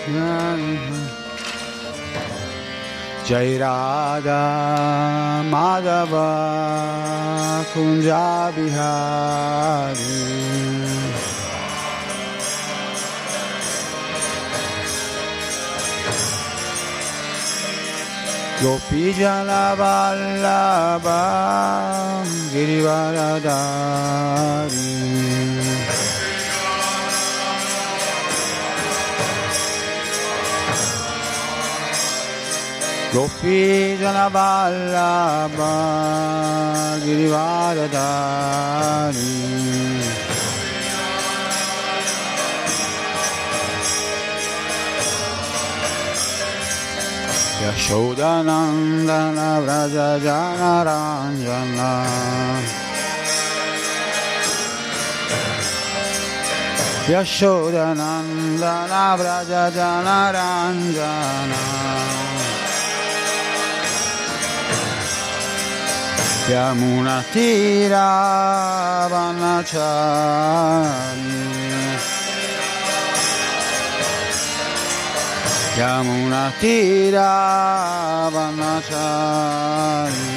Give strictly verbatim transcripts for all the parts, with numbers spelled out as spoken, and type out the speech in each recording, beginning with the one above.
Jai Radha Madhava Kunja Bihari Gopi Jana Vallabha Girivaradari Gopi Jana Vallabha Girivaradari Yashodanandana Vraja Jana Ranjana Yashodanandana Vraja Jana Ranjana Yamuna Tira Vanachari Yamuna Tira Vanachari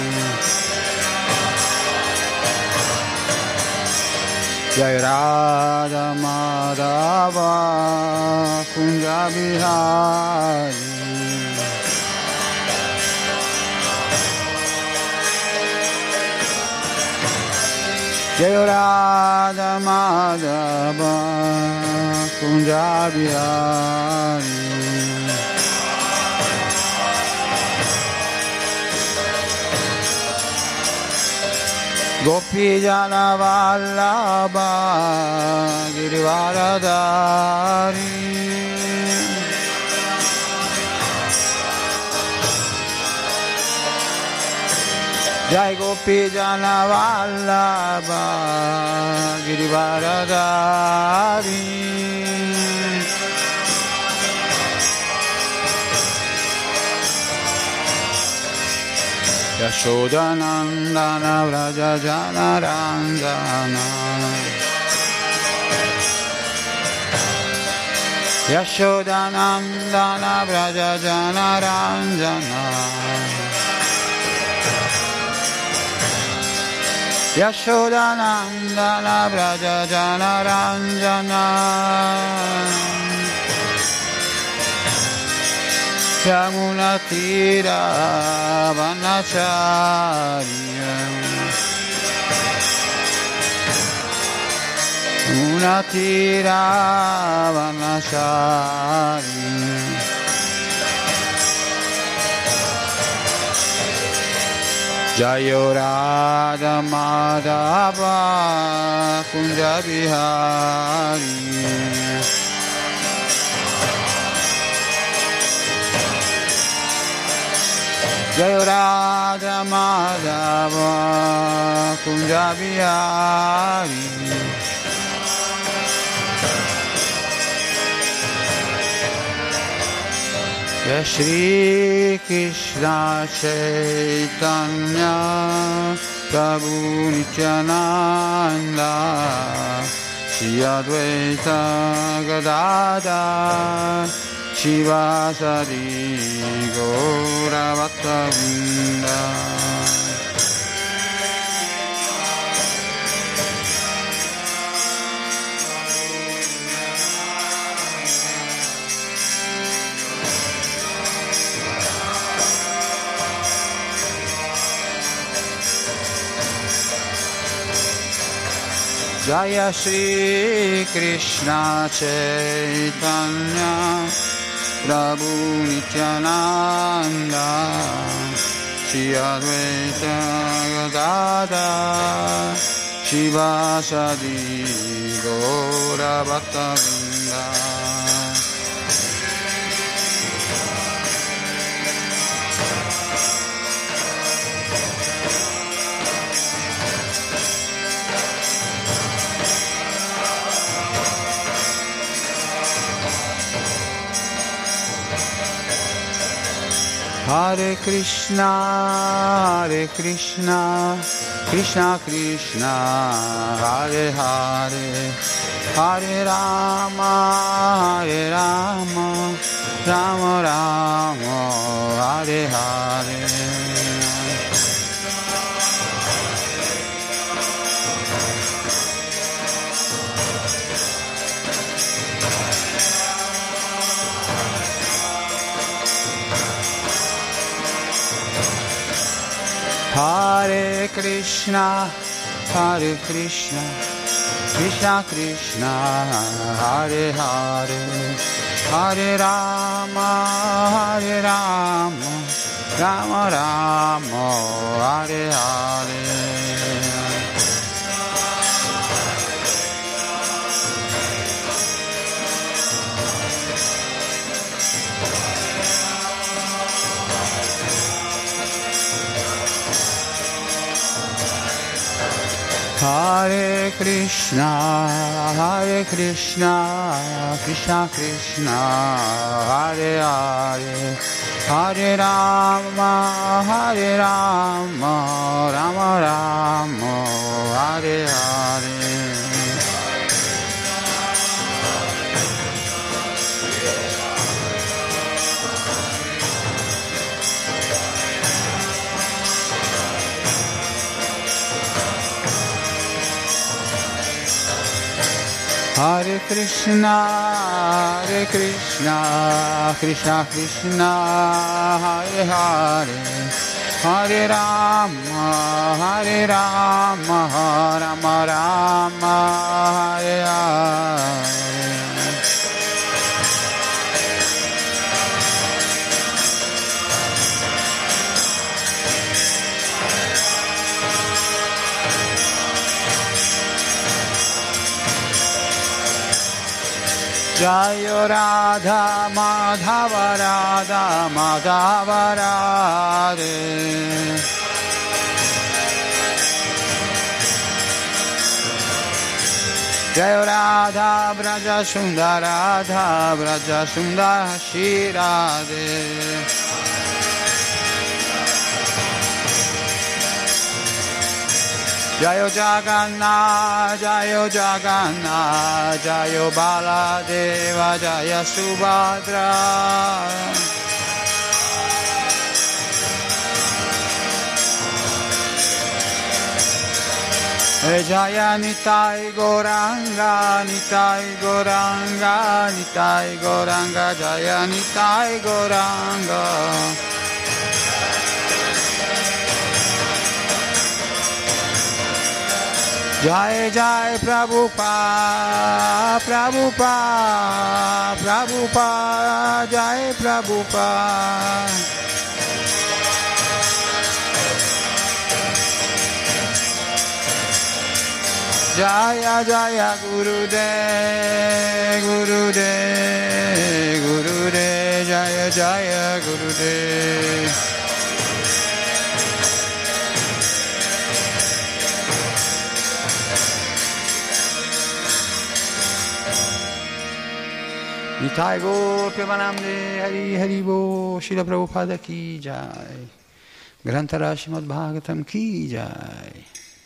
Jai Radha Madhava Kunja Bihari Jai Radha Madhava Kunja Bihari Gopi Jana Vallabha Girivaradari Jai Gopi Jana Vallabha Girivaradari Yashodanandana Vraja Jana Ranjana Yashodanandana Vraja Jana Ranjana Yashodanandana Vraja Jana Ranjana Yamuna Tira Vanacharya Yamuna Tira Vanacharya Jayo Radha Madhava Kunja Bihari Jai Radha Madhava Kunja Bihari Jai Shri Krishna Chaitanya Prabhu Nityananda Shri Advaita Gadadhar Shivasari Gaura Bhattavrinda Jaya Shri Krishna Chaitanya Prabhu Nityananda Shri Advaita Gadadhar Shivasadi Gaura Bhattavrinda Hare Krishna, Hare Krishna, Krishna Krishna, Hare Hare, Hare Rama, Hare Rama, Rama Rama, Hare Hare. Hare Krishna, Hare Krishna, Krishna Krishna, Hare Hare, Hare Rama, Hare Rama, Rama Rama, Hare Hare. Hare Krishna, Hare Krishna, Krishna Krishna, Hare Hare, Hare Rama, Hare Rama, Rama Rama, Hare Hare. Hare Krishna, Hare Krishna, Krishna Krishna, Hare Hare, Hare Rama, Hare Rama, Rama Rama, Hare Hare. Jayo Radha Madhava Radha Madhava Radhe. Jayo Radha Braja Sundara Radha Braja Sundara Shri Radhe. Jayo Jagannath, Jayo Jagannath, Jayo Baladeva, Jaya Subhadra. Jaya Nitai Goranga, Nitai Goranga, Nitai Goranga, Jaya Nitai Goranga. Jai Jai Prabhupada, Prabhupada, Prabhupada, Jai Prabhupada. Jaya Jaya Gurudev, Gurudev, Gurudev, Jaya Jaya Gurudev. Nitai Gaur Premanamde Hari Hari Bo Srila Prabhupada Ki Jai. Grantara Srimad Bhagavatam Ki Jai.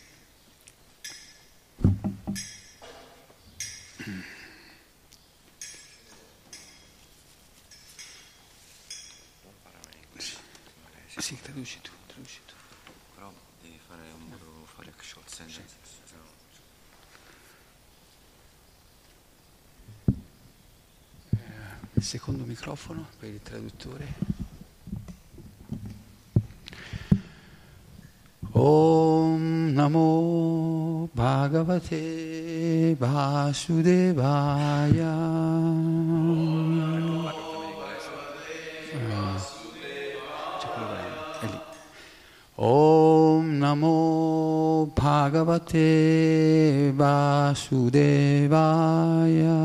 Sì, traduci tu, traduci tu. Però devi fare un modo fare short sentence. Il secondo microfono per il traduttore. Om Namo Bhagavate Vasudevaya. Om Namo Bhagavate Vasudevaya.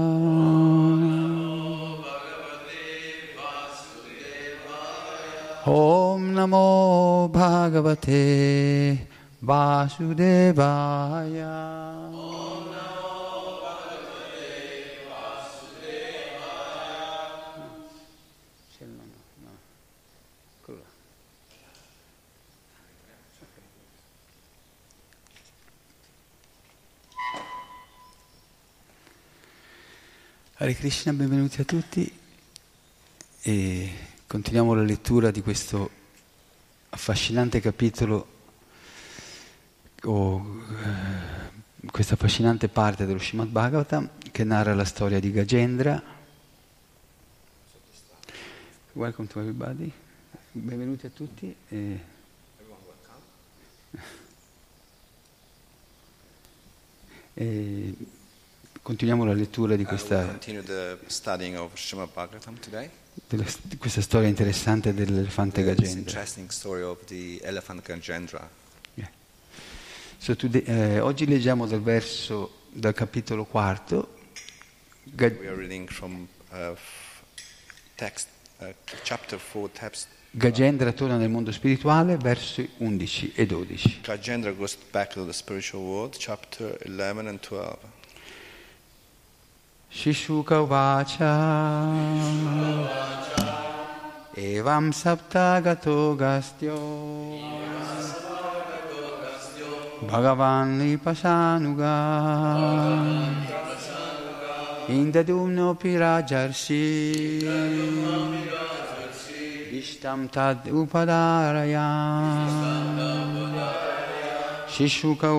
Om Namo Bhagavate Vasudevaya. Om Namo Bhagavate Vasudevaya. No, no, no. Quello là. Hare Krishna, benvenuti a tutti e continuiamo la lettura di questo affascinante capitolo o eh, questa affascinante parte dello Srimad Bhagavatam che narra la storia di Gajendra. Welcome to everybody, benvenuti a tutti. E... e continuiamo la lettura di questa, della, di questa storia interessante dell'elefante Gajendra. Yeah. So today, eh, oggi leggiamo dal verso, dal capitolo quarto. Ga- We are reading from uh, f- text, uh, chapter four, text. Gajendra torna nel mondo spirituale, versi undici e dodici. Gajendra goes back to the spiritual world, chapter eleven and twelve. Shishuka vacha evam saptagato gastyo Bhagavan Vipasanuga Indadumno pirajarsi Ishtam tad upadaraya Shishuka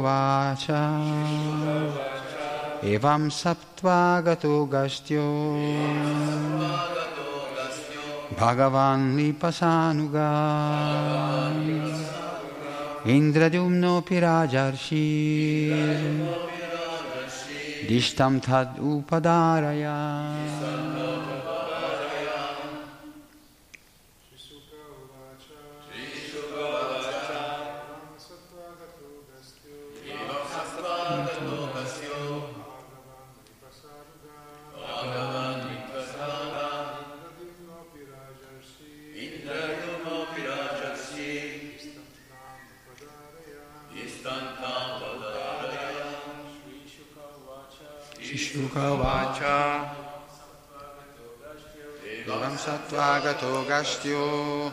vacha Evam saptvagato gastyo Bhagavan Vipasanuga Indradumno pirajarshi Dishtam tad upadaraya Shishuka vacha Evam sattvagato gastyo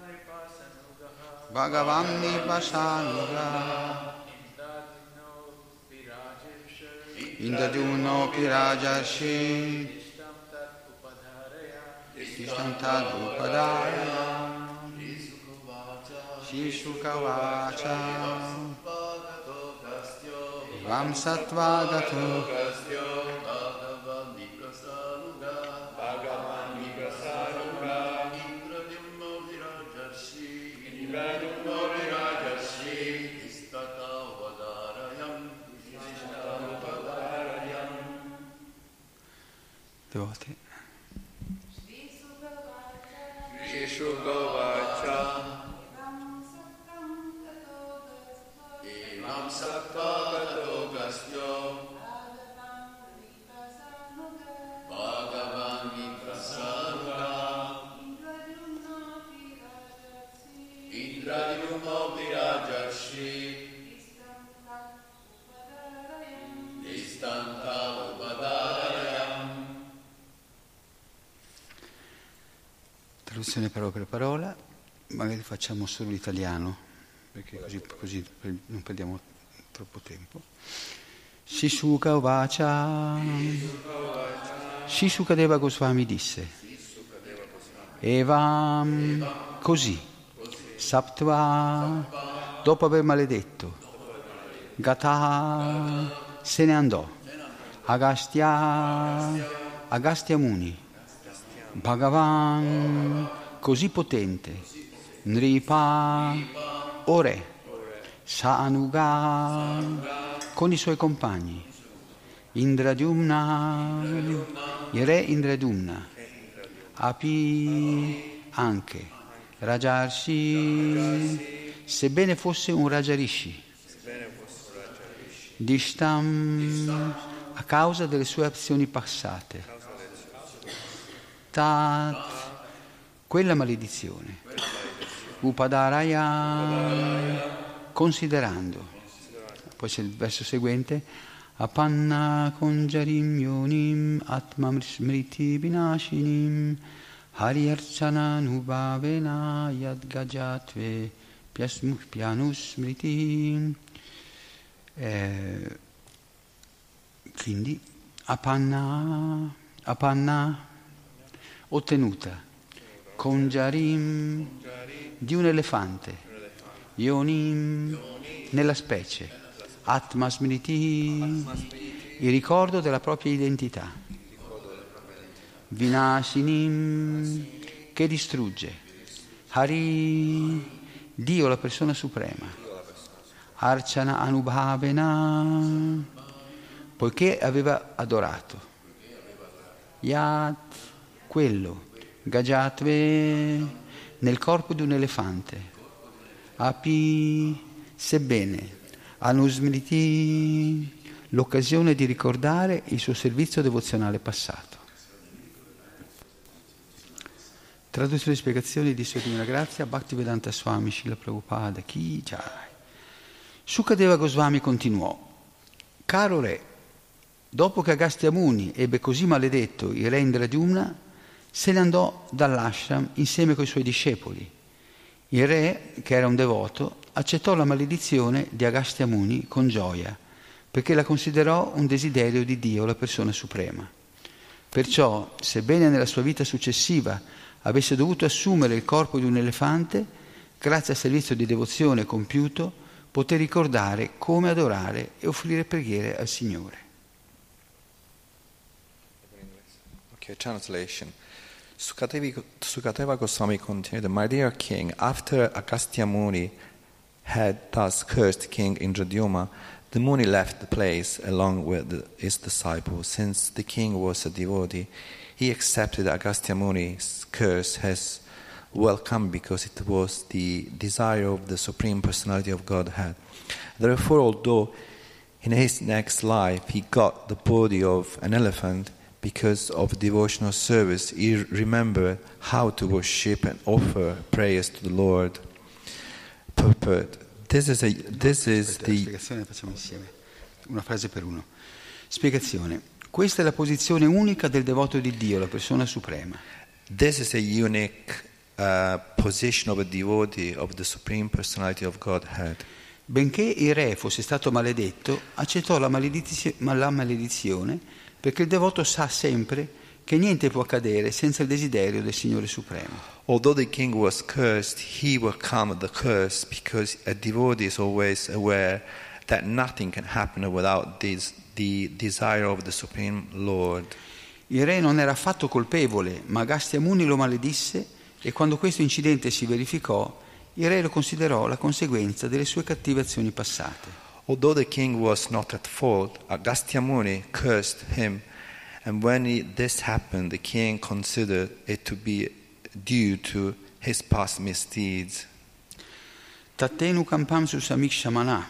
Bhagavan Vipasanuga Indadumno pirajarshi Ishtam tad upadaraya Shishuka vacha Evam sattvagato Devoti. Evam saptagato gastyo Bhagavan Vipasanuga Indradumno pirajarshi Istanta upadarayam. Traduzione parola per parola, magari facciamo solo l'italiano, perché così, così non perdiamo troppo tempo. Shishuka Uvacha Shishukadeva Goswami disse Evam così Saptva dopo aver maledetto Gata se ne andò Agastya Agastya Muni Bhagavan così potente Nripa o re Saanuga con i suoi compagni Indradyumna il re Indradyumna Api anche Rajarshi sebbene fosse un Rajarishi Dishtam a causa delle sue azioni passate Tat quella maledizione Upadaraya considerando poi c'è il verso seguente Apanna konjarim yonim atmam smriti vinashinim Haryarchana nubhavena yadgajatve pianusmriti. Eh, quindi Apanna apanna, ottenuta, konjarim, di un elefante, yonim, nella specie, atma smriti, il ricordo della propria identità, vinashinim, che distrugge, hari, Dio la persona suprema, archana anubhavena, poiché aveva adorato, yat, quello, gajatve, nel corpo di un elefante, api, sebbene, anusmriti, l'occasione di ricordare il suo servizio devozionale passato. Traduzione e spiegazioni di Sua Divina Grazia, Bhaktivedanta Swami Srila Prabhupada, Ki Jai. Sukadeva Goswami continuò: caro re, dopo che Agastya Muni ebbe così maledetto il re Indradyumna, se ne andò dall'ashram insieme coi suoi discepoli. Il re, che era un devoto, accettò la maledizione di Agastya Muni con gioia, perché la considerò un desiderio di Dio, la persona suprema. Perciò, sebbene nella sua vita successiva avesse dovuto assumere il corpo di un elefante, grazie al servizio di devozione compiuto, poté ricordare come adorare e offrire preghiere al Signore. Okay, translation. Sukadeva, Sukadeva Goswami continued, My dear king, after Agastya Muni had thus cursed King Indradyumna, the Muni left the place along with his disciples. Since the king was a devotee, he accepted Agastya Muni's curse as welcome because it was the desire of the Supreme Personality of Godhead. Therefore, although in his next life he got the body of an elephant, because of devotional service, he remembered how to worship and offer prayers to the Lord. Purport. This is a, this is the... Spiegazione, facciamo insieme. Una frase per uno. Spiegazione. Questa è la posizione unica del devoto di Dio, la persona suprema. This is a unique uh, position of a devotee of the Supreme Personality of Godhead. Benché il re fosse stato maledetto, accettò la, maledizio- la maledizione perché il devoto sa sempre che niente può accadere senza il desiderio del Signore Supremo. Although the king was cursed, he welcomed the curse because a devotee is always aware that nothing can happen without this, the desire of the Supreme Lord. Il re non era affatto colpevole, ma Agastya Muni lo maledisse e quando questo incidente si verificò, il re lo considerò la conseguenza delle sue cattive azioni passate. Although the king was not at fault, Agastya Muni cursed him, and when he, this happened, the king considered it to be due to his past misdeeds. Tattenu kampam susamikshamana.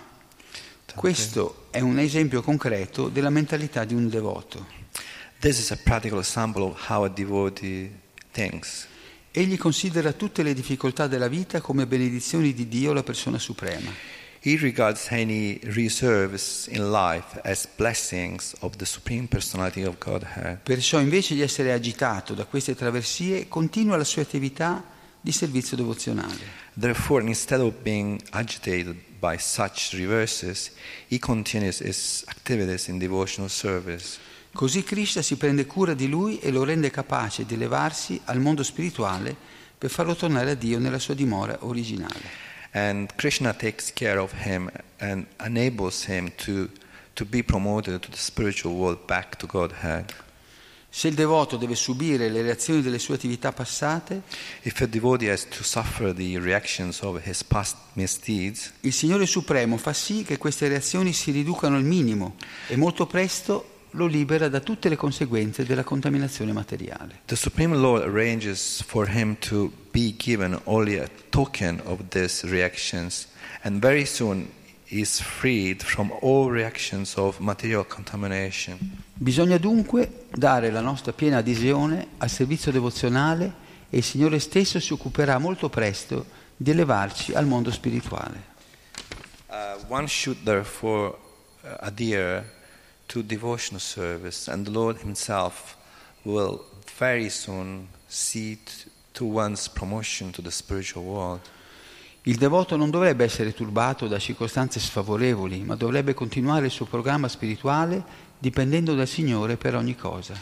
Questo è un esempio concreto della mentalità di un devoto. This is a practical example of how a devotee thinks. Egli considera tutte le difficoltà della vita come benedizioni di Dio, la persona suprema. He regards any reserves in life as blessings of the Supreme Personality of Godhead. Perciò, invece di essere agitato da queste traversie, continua la sua attività di servizio devozionale. Therefore, instead of being agitated by such reverses, he continues his activities in devotional service. Così Krishna si prende cura di lui e lo rende capace di elevarsi al mondo spirituale per farlo tornare a Dio nella sua dimora originale. And Krishna takes care of him and enables him to, to be promoted to the spiritual world, back to Godhead. Se il devoto deve subire le reazioni delle sue attività passate, If a devotee has to suffer the reactions of his past misdeeds, il Signore Supremo fa sì che queste reazioni si riducano al minimo e molto presto lo libera da tutte le conseguenze della contaminazione materiale. the Supreme Lord arranges for him to be given only a token of these reactions, and very soon is freed from all reactions of material contamination. Bisogna dunque dare la nostra piena adesione al servizio devozionale e il Signore stesso si occuperà molto presto di elevarci al mondo spirituale. Uh, one should therefore uh, adhere to devotional service, and the Lord himself will very soon see t- to one's promotion to the spiritual world. Il devoto non dovrebbe essere turbato da circostanze sfavorevoli, ma dovrebbe continuare il suo programma spirituale dipendendo dal Signore per ogni cosa.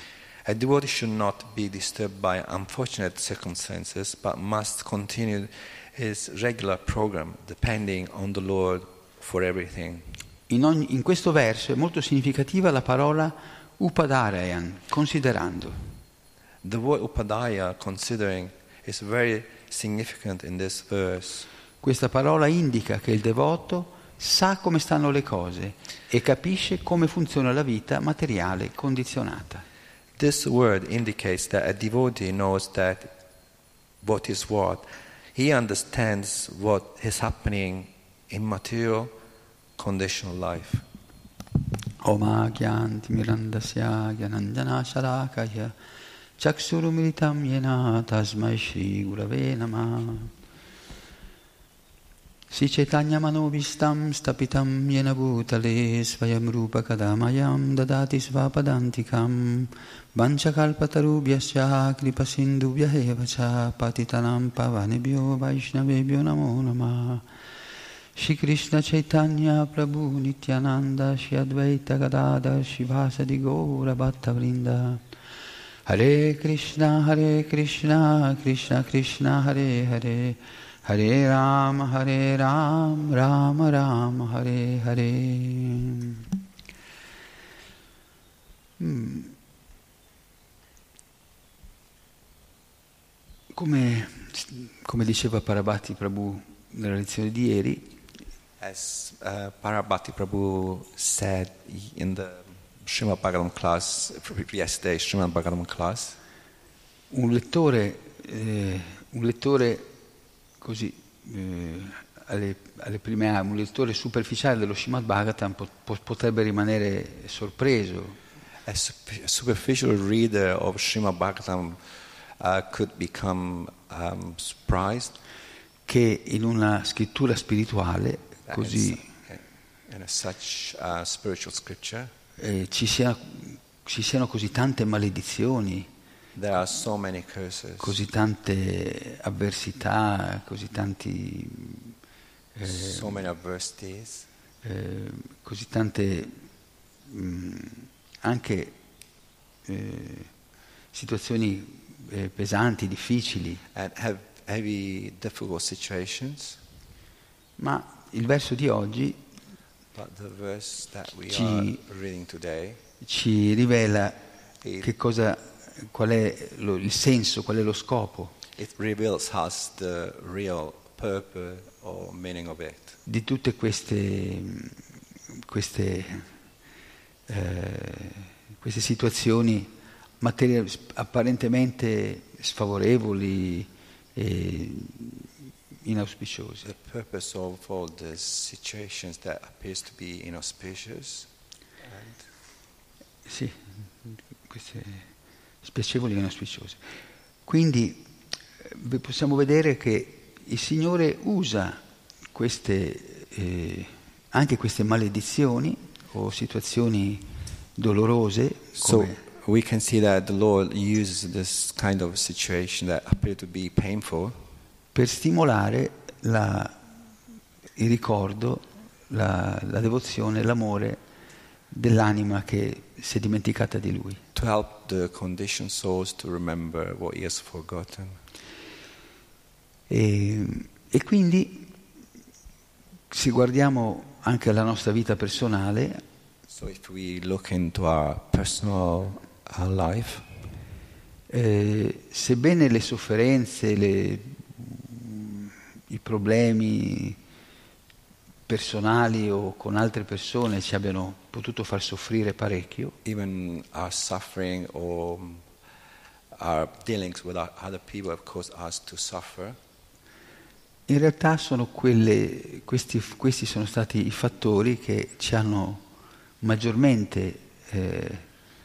A devotee should not be disturbed by unfortunate circumstances, but must continue his regular program, depending on the Lord for everything. In, ogni, in questo verso è molto significativa la parola upadarayan, considerando. The word upadaya, considering, is very significant in this verse. Questa parola indica che il devoto sa come stanno le cose e capisce come funziona la vita materiale condizionata. This word indicates that a devotee knows that what is what. He understands what is happening in material conditional life. Oma gyanti mirandasya gyananjana sharakaya chaksurumilitam yena tasmai shri gurave namah. Si chaitanya manovistam stapitam yena bhutale svayam rupa kadamayam dadati svapadantikam vanchakalpatarubhyasya kripasindubhyaeva cha patitanam pavanebhyo vaishnavebhyo namo namah. Shri Krishna Chaitanya Prabhu Nityananda Shri Advaita Gadadhar Shivasadi Gaura Bhatta Vrinda. Hare Krishna Hare Krishna Krishna Krishna Hare Hare Hare Rama Hare Ram Rama Rama Hare Hare. Mm. Come, come diceva Parabhati Prabhu nella lezione di ieri, As uh, Parabhati Prabhu said in the Srimad Bhagavatam class, yesterday Srimad Bhagavatam class, un lettore, eh, un lettore così, eh, alle, alle prime armi, un lettore superficiale dello Srimad Bhagavatam pot, pot, potrebbe rimanere sorpreso. A superficial reader of Srimad Bhagavatam uh, could become um, surprised che in una scrittura spirituale così in a such uh, spiritual scripture eh, ci, sia, ci siano così tante maledizioni, there are so many curses, così tante avversità, così tanti eh, so many adversities, eh, così tante mh, anche eh, situazioni eh, pesanti, difficili, and have heavy, difficult situations. ma il verso di oggi But the verse that we ci, are reading today ci rivela it, che cosa, qual è lo, il senso, qual è lo scopo it reveals us the real purpose or meaning of it. di tutte queste, queste, eh, queste situazioni materie, apparentemente sfavorevoli e inauspiciose. The purpose of all these situations that appears to be inauspicious. And sì, queste spiacevoli e inauspiciose. Quindi eh, possiamo vedere che il Signore usa queste, eh, anche queste maledizioni o situazioni dolorose so come we can see that the Lord uses this kind of situation that appear to be painful per stimolare la, il ricordo, la, la devozione, l'amore dell'anima che si è dimenticata di Lui. to help the conditioned souls to remember what he has forgotten. E, e quindi, se guardiamo anche alla nostra vita personale, So if we look into our personal uh, life, eh, sebbene le sofferenze, le, i problemi personali o con altre persone ci abbiano potuto far soffrire parecchio, even our suffering or our dealings with our other people have caused us to suffer. in realtà sono quelle, questi, questi sono stati i fattori che ci hanno maggiormente eh,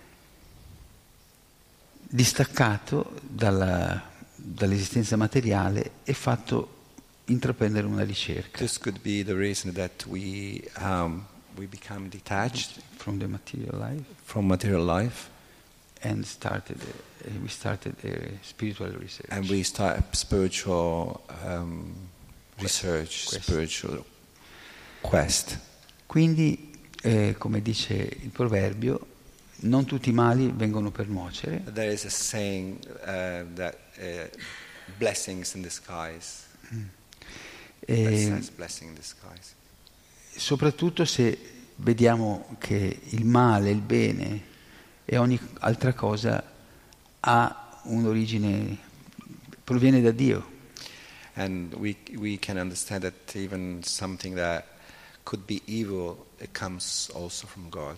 distaccato dalla, dall'esistenza materiale e fatto intraprendere una ricerca This could be the reason that we um, we become detached from the material life from material life, and started uh, we started a spiritual research. and we start a spiritual um, research, Quest. spiritual quest. Quindi, eh, come dice il proverbio, non tutti i mali vengono per nuocere. There is a saying uh, that uh, blessings in disguise. E That says blessing in disguise. soprattutto se vediamo che il male, il bene e ogni altra cosa ha un'origine, proviene da Dio. And we we can understand that even something that could be evil, it comes also from God.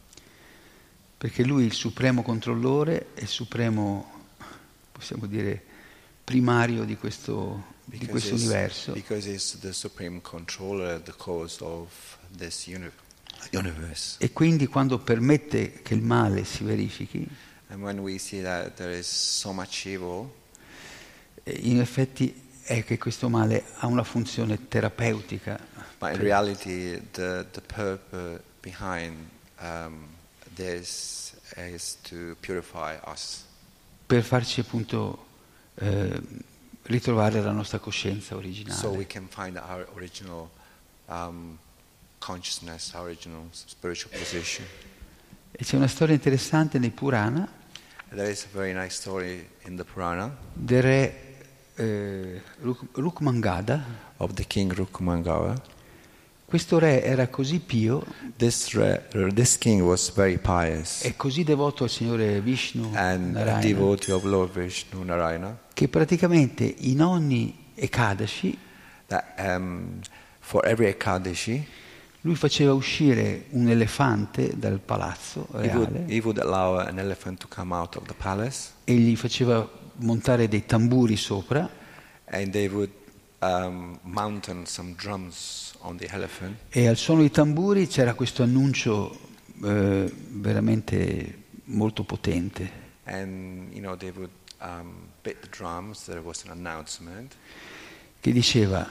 Perché Lui è il supremo controllore e il supremo, possiamo dire, primario di questo, di questo he's, universo. because he's the supreme controller, the cause of this uni- universe. E quindi quando permette che il male si verifichi, And when we see that there is so much evil, eh, in effetti è che questo male ha una funzione terapeutica. but in reality the, the purpose behind um, this is to purify us. Per farci appunto eh, ritrovare la nostra coscienza originale. So we can find our original um, consciousness, our original spiritual position. E c'è una storia interessante nei Purana There is a very nice story in the Purana del re eh, Ruk- Rukmangada. of the king Rukmangala. Questo re era così pio This re, this king was very pious e così devoto al Signore Vishnu and a Narayana, devotee of Lord Vishnu Narayana che praticamente in ogni Ekadashi that um, for every Ekadashi lui faceva uscire un elefante dal palazzo he would, reale he would allow an elephant to come out of the palace e gli faceva montare dei tamburi sopra and they would um, mount some drums on the elephant. e al suono dei tamburi c'era questo annuncio eh, veramente molto potente And you know they would um, beat the drums. There was an announcement, che diceva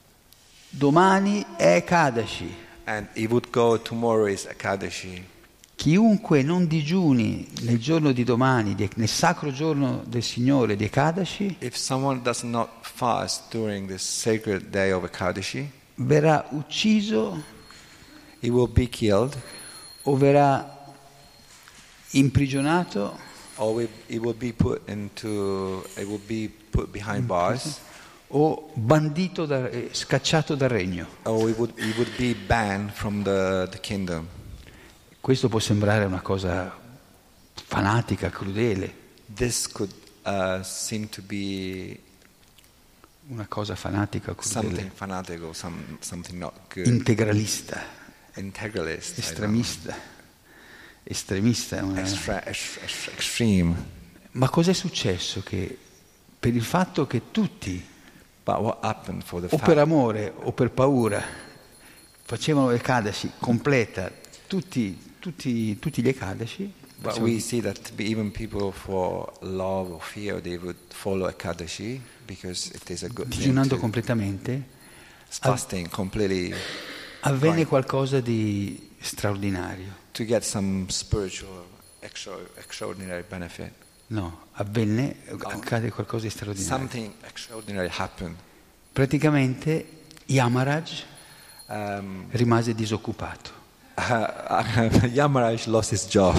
domani è Ekadashi, and he would go. Tomorrow is Ekadashi. chiunque non digiuni nel giorno di domani, di- nel sacro giorno del Signore di Ekadashi, If someone does not fast during this sacred day of Ekadashi, verrà ucciso he will be killed, o verrà imprigionato or we- he will be put into. He will be put behind bars, o bandito, da, eh, scacciato dal regno. or he would he would be banned from the, the kingdom. Questo può sembrare una cosa fanatica, crudele, This could uh, seem to be una cosa fanatica, something crudele, fanatical, some, something not good, integralista, integralist, I don't know. estremista, estremista. è una- Extra, ex- ex- extreme. Ma cos'è successo? Che per il fatto che tutti, But what happened for the o fact per amore o per paura, facevano Ekadashi completa, tutti, tutti, tutti gli Ekadashi, But facevano- we see that even people for love or fear, they would follow Ekadashi because it is a good thing digiunando to, completamente, fasting completely avvenne Right. qualcosa di straordinario. to get some spiritual extra, extraordinary benefit. No, avvenne, accade qualcosa di straordinario. Something extraordinary happened. Praticamente Yamaraj Um, rimase disoccupato Yamaraj lost his job,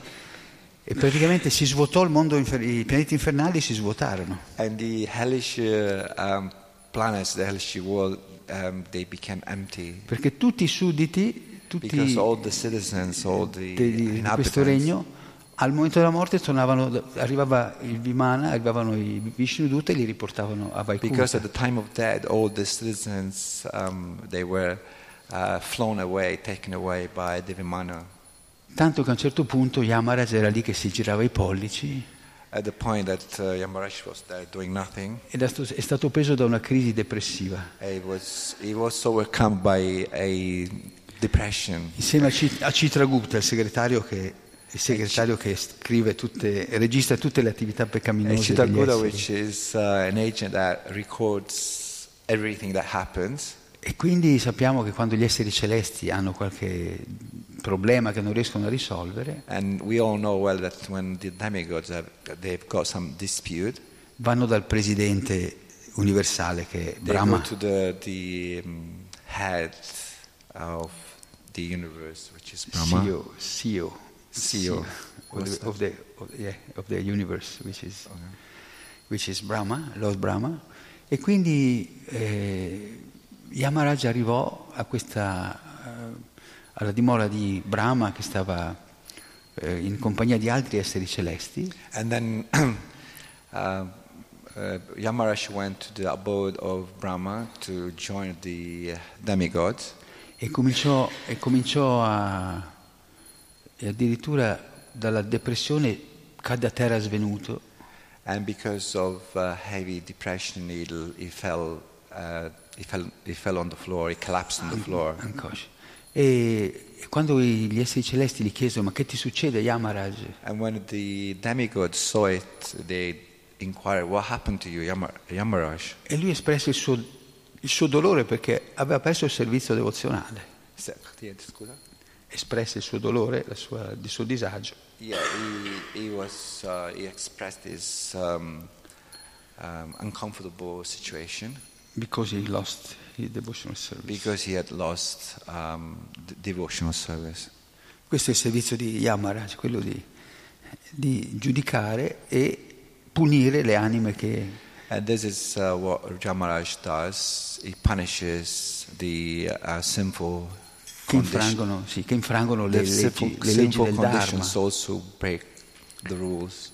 e praticamente si svuotò il mondo, infer- i pianeti infernali si svuotarono. and the hellish uh, um, planets, the hellish world, um, they became empty Perché tutti i sudditi, tutti because all the citizens, all the di, di questo inhabitants, regno, al momento della morte tornavano, da- arrivava il Vimana, arrivavano i Vishnuduta e li riportavano a because Vaikuntha. at the time of death, all the citizens, um, they were uh, flown away, taken away by the Vimana. Tanto che a un certo punto Yamaraj era lì che si girava i pollici At the point that uh, Yamaraj was there doing nothing, ed è stato, è stato preso da una crisi depressiva. he was he was overcome by a depression. Insieme a, Cit- a Citragupta, il segretario che il segretario che scrive tutte, registra tutte le attività And peccaminose degli Chitrakuta, esseri. which is uh, an agent that records everything that happens. E quindi sappiamo che quando gli esseri celesti hanno qualche problema che non riescono a risolvere, And we all know well that when the demigods have, they've got some dispute, vanno dal presidente universale che è they Brahma, go to the the um, head of the universe, which is Brahma, Sio, Sio, C E O. of the, of the, of, yeah, of the universe, which is, okay. which is Brahma, Lord Brahma. E quindi eh, Yamaraj arrivò a questa, uh, alla dimora di Brahma, che stava uh, in compagnia di altri esseri celesti. And then uh, uh, Yamaraj went to the abode of Brahma to join the demigods. E cominciò, e cominciò a, e addirittura dalla depressione cadde a terra svenuto. And because of uh, heavy depression, he, he fell, uh, he fell, he fell on the floor. He collapsed on the floor. E, e quando gli esseri celesti gli chiesero: ma che ti succede, Yamaraj? And when the demigods saw it, they inquired, "What happened to you, Yamar- Yamaraj?" E lui espresse il suo, il suo dolore perché aveva perso il servizio devozionale. Scusa? Espresse il suo dolore, la sua, il suo disagio. Yeah, he, he was. Uh, he expressed his um, um, uncomfortable situation Because he lost his devotional service. Because he had lost um, the devotional service. Questo è il servizio di Yamaraj, quello di, di giudicare e punire le anime che. And this is uh, what Yamaraj does. He punishes the uh, sinful Che infrangono, sì, che infrangono le leggi, sinful, le leggi del Dharma. Also break the rules.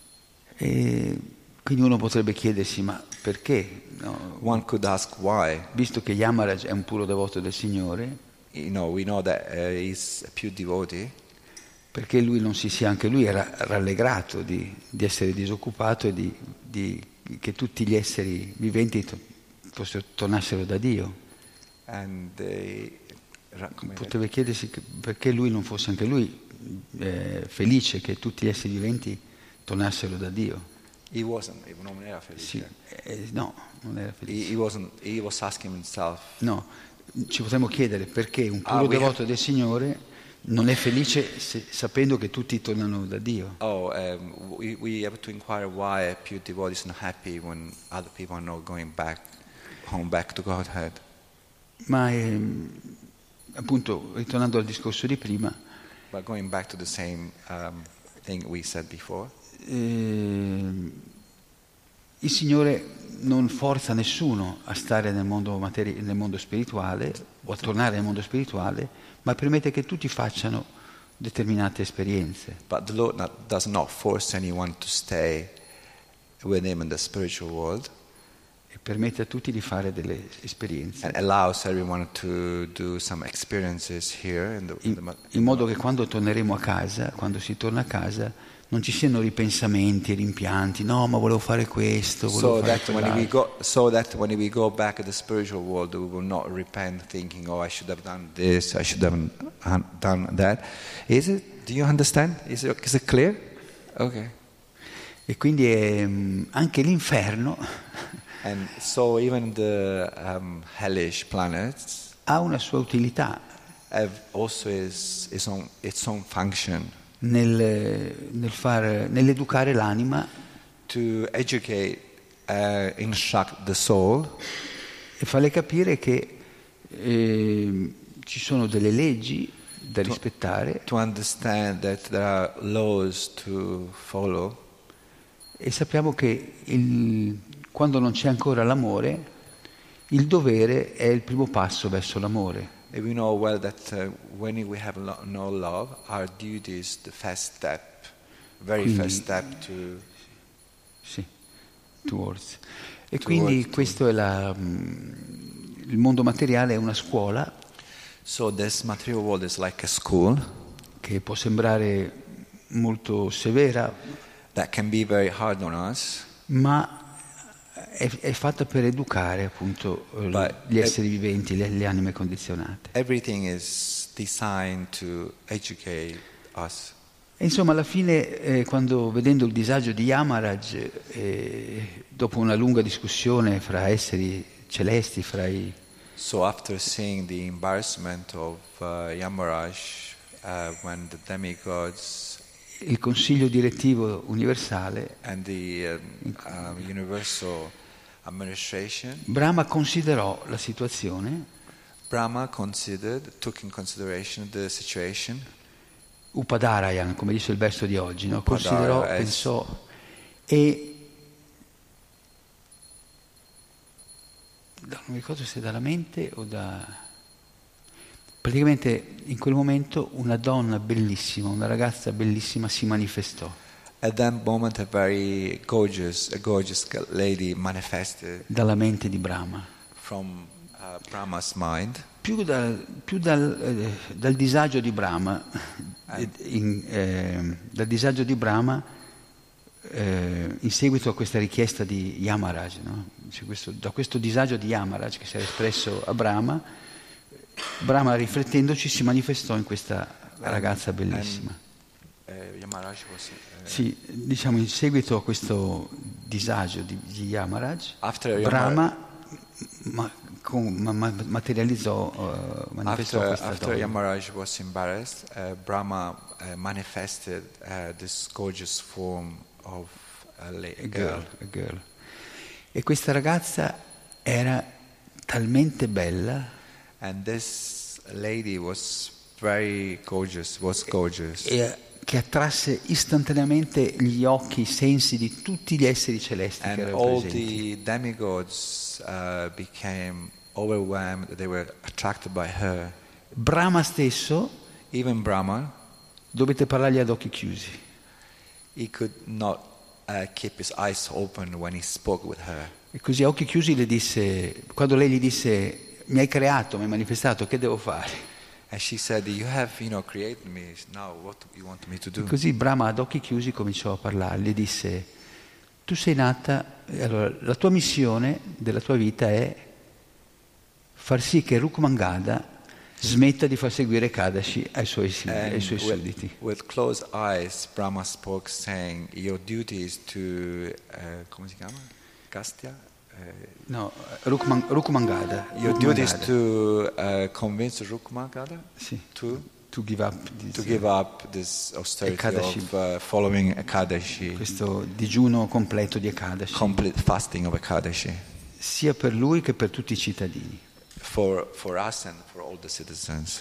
E quindi uno potrebbe chiedersi: ma perché? No? One could ask why. Visto che Yamaraj è un puro devoto del Signore, You know, we know that uh, he's a pure devotee. Perché lui non si sia, anche lui era rallegrato di, di essere disoccupato e di, di, che tutti gli esseri viventi to, fossero, tornassero da Dio. And they, Poteva chiedersi che, perché lui non fosse anche lui eh, felice che tutti gli esseri viventi tornassero da Dio. He wasn't, non era felice. Sì, eh, no, non era felice. He, he wasn't, he was asking himself. No, ci potremmo chiedere perché un puro ah, devoto have... del Signore non è felice se, sapendo che tutti tornano da Dio. Oh, um, we, we have to inquire why a pure devotee is not happy when other people are not going back home, back to Godhead. Ma ehm, appunto, ritornando al discorso di prima, but going back to the same um, thing we said before, eh, il Signore non forza nessuno a stare nel mondo, materi- nel mondo spirituale o a tornare nel mondo spirituale, ma permette che tutti facciano determinate esperienze. But the Lord not, does not force anyone to stay with Him in the spiritual world. E permette a tutti di fare delle esperienze. And allows everyone to do some experiences here. In, the, in, the, in, in modo che quando torneremo a casa, quando si torna a casa, non ci siano ripensamenti, rimpianti. No, ma volevo fare questo, volevo so fare that when we go, So that when we go back at the spiritual world, we will not repent thinking, oh, I should have done this, I should have done that. Is it? Do you understand? Is it, is it clear? Okay. E quindi è, anche l'inferno And so even the um, hellish planets ha una sua utilità. Have also its, its, own, its own function. Nel, nel far, nell'educare l'anima, to educate, uh, instruct the soul, e farle capire che eh, ci sono delle leggi da to, rispettare, to understand that there are laws to follow, e sappiamo che il, quando non c'è ancora l'amore, il dovere è il primo passo verso l'amore. And we know well that uh, when we have lo- no love, our duty is the first step, very quindi, first step to. Sì, towards. E towards quindi to questo è la, um, il mondo materiale è una scuola. So this material world is like a school. Che può sembrare molto severa. That can be very hard on us. Ma È, è fatta per educare appunto But gli esseri viventi, le, le anime condizionate. Everything is designed to educate us. E insomma, alla fine, eh, quando vedendo il disagio di Yamaraj, eh, dopo una lunga discussione fra esseri celesti, fra i So after seeing the embarrassment of uh, Yamaraj, uh, when the demigods, il Consiglio direttivo universale, and the um, um, universal administration, Brahma considerò la situazione, Brahma considered, took in consideration the situation, Upadarayan, come dice il verso di oggi, no? Upadara Considerò, es- pensò e da- non mi ricordo se dalla mente o da... Praticamente in quel momento una donna bellissima, una ragazza bellissima si manifestò. At that moment, a very gorgeous, a gorgeous lady manifested Dalla mente di Brahma. from uh, Brahma's mind. Più, dal, più dal, eh, dal disagio di Brahma, eh, in, eh, dal disagio di Brahma eh, in seguito a questa richiesta di Yamaraj, no? Cioè questo, da questo disagio di Yamaraj che si era espresso a Brahma, Brahma riflettendoci si manifestò in questa ragazza bellissima. And, uh, Yamaraj was, uh, Sì, diciamo in seguito a questo disagio di, di Yamaraj, After Brahma ma, con, ma, ma, materializzò, uh, manifestò after, questa after donna. Yamaraj was embarrassed, uh, Brahma uh, manifested uh, this gorgeous form of a, la- A girl. girl, a girl. E questa ragazza era talmente bella And this lady was very gorgeous, was gorgeous. e, che attrasse istantaneamente gli occhi, i sensi di tutti gli esseri celesti che And erano all presenti. the demigods uh, became overwhelmed, they were attracted by her. Brahma stesso, Even Brahma, dovete parlargli ad occhi chiusi. he could not uh, keep his eyes open when he spoke with her. E così a occhi chiusi le disse, quando lei gli disse mi hai creato, mi hai manifestato, che devo fare? And she said, you have, you know, created me, now what do you want me to E do? così Brahma ad occhi chiusi cominciò a parlargli, disse tu sei nata, allora la tua missione della tua vita è far sì che Rukmangada smetta di far seguire Kadashi ai suoi, ai And suoi with, sudditi. with closed eyes, Brahma spoke saying, your duty is to, uh, come si chiama? Gastya? Uh, No, Rukman, Rukmangada. your duty is Rukmangada. to uh, convince Rukmangada Sì, to, to give up this, to give up this austerity Ekadashi. of uh, following Ekadashi, questo digiuno completo di Ekadashi, complete fasting of Ekadashi, sia per lui che per tutti i cittadini. for, for us and for all the citizens.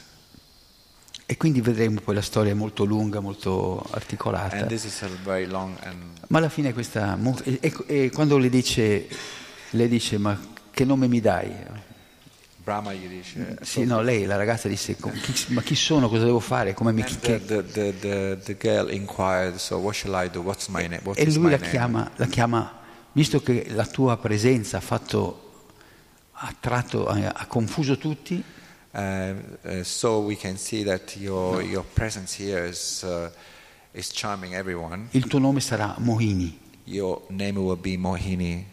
E quindi vedremo poi la storia è molto lunga, molto articolata. And this is a very long and Ma alla fine questa... mo- E, e- e quando le dice, le dice, ma che nome mi dai? Brahma gli dice, Sì, no, lei, la ragazza, disse, "Com- chi- ma chi sono, cosa devo fare? Come mi and chi- the, che-" the, the, the, the girl inquired, so what shall I do? What's my name? What E is lui my la name? chiama, la chiama, visto che la tua presenza ha fatto, ha tratto, ha, ha confuso tutti, Uh, uh, so we can see that your your presence here is uh, is charming everyone. il tuo nome sarà Mohini. Your name will be Mohini.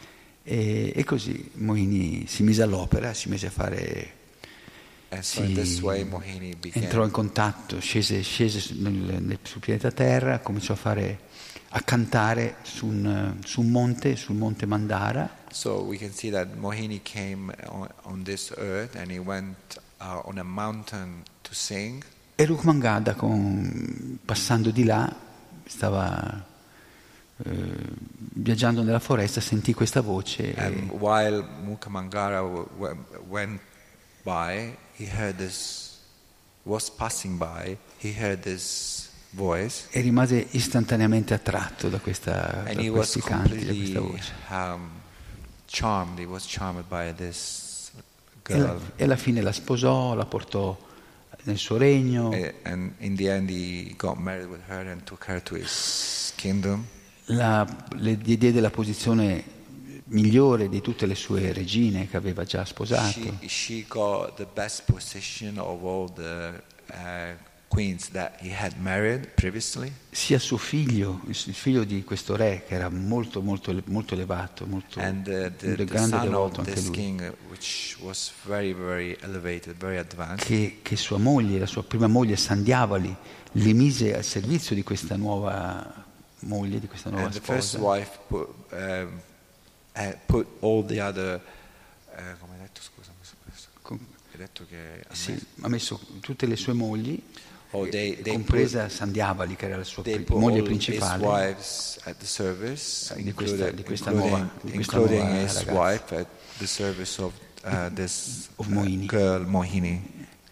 E, e così Mohini si mise all'opera, si mise a fare, And so si in this way Mohini entrò in began. contatto, scese, scese su- nel, nel- sul pianeta Terra, cominciò a fare, a cantare su un, su un monte, sul monte Mandara, So we can see that Mohini came on, on this earth and he went uh, on a mountain to sing. e Rukmangada, con- passando di là, stava eh, viaggiando nella foresta, sentì questa voce And e, while Mukhamangara w- w- went by, he heard this, was passing by, he heard this voice. e rimase istantaneamente attratto da, questa, da And he was questi canti, da completely questa voce. um, charmed. He was charmed by this E, la- girl. e alla fine la sposò, la portò nel suo regno, A- And in the end, he got married with her and took her to his kingdom. la, le gli diede la posizione migliore di tutte le sue regine che aveva già sposato. She, she got the best position of all the uh, queens that he had married previously. Sia suo figlio, il il figlio di questo re che era molto molto molto elevato, molto And the, the, un the grande son devoto of anche this lui, king, uh, which was very, very elevated, very advanced. che, che sua moglie, la sua prima moglie Sandiavali, li mise al servizio di questa nuova moglie, di questa nuova And the first sposa. wife put, um, uh, put all the other, uh, come hai detto, scusa, mi sono perso. Con- Hai detto che ha Sì, messo- ha messo tutte le sue mogli, Oh, eh, they- they compresa Sandiavali, che era la sua they pri- put moglie all his principale. wives at the service, Di questa- included- di questa including, nuova- di questa including nuova his ragazza. wife at the service of uh, this Of uh, Mohini. girl Mohini.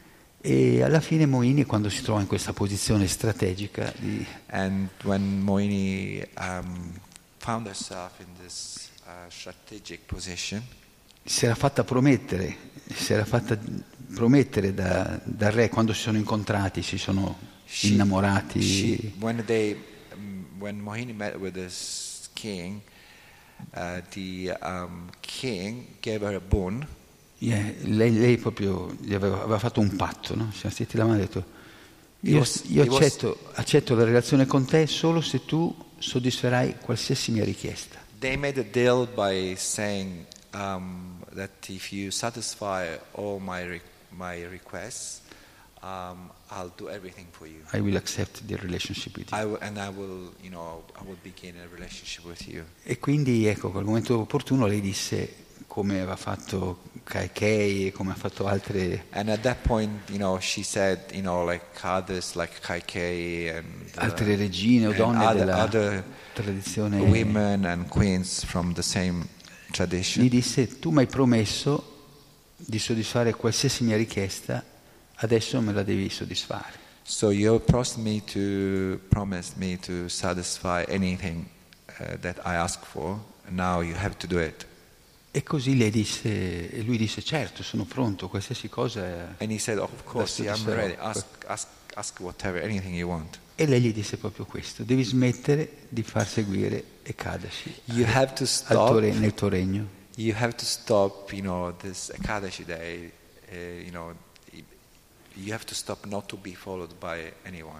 E alla fine Moini, quando si trova in questa posizione strategica, di, And when Moini um, found herself in this uh, strategic position, si era fatta promettere, si era fatta promettere da, dal re, quando si sono incontrati, si sono she, innamorati. she, when they, um, when Mohini met with this king, uh, the um, king gave her a boon. Yeah, lei, lei proprio gli aveva, aveva fatto un patto, no? Siamo stretti la mano e ha detto: io, was- io he was- accetto, accetto la relazione con te solo se tu soddisferai qualsiasi mia richiesta. They made a deal by saying um, that if you satisfy all my re- my requests, um, I'll do everything for you. I will accept the relationship with you. I will, and I will, you know, I will begin a relationship with you. E quindi ecco, al momento opportuno lei disse, come aveva fatto Kaikei e come ha fatto altre, And at that point, you know, she said, you know, like others, like Kaikei and uh, altre regine o and donne other, della other tradizione, women and queens from the same gli tradition. disse: tu mi hai promesso di soddisfare qualsiasi mia richiesta, adesso me la devi soddisfare. So you promised me to promised me to satisfy anything uh, that I ask for. And now you have to do it. E così lei disse, e lui disse: certo, sono pronto, qualsiasi cosa. And he said, of course, yeah, I'm soddisferò. ready. Ask, ask, ask whatever, anything you want. E lei gli disse proprio questo: devi smettere di far seguire Ekadashi You have to al tuo stop. re- nel tuo regno. You have to stop. You know this Ekadashi day. Uh, you know, you have to stop not to be followed by anyone.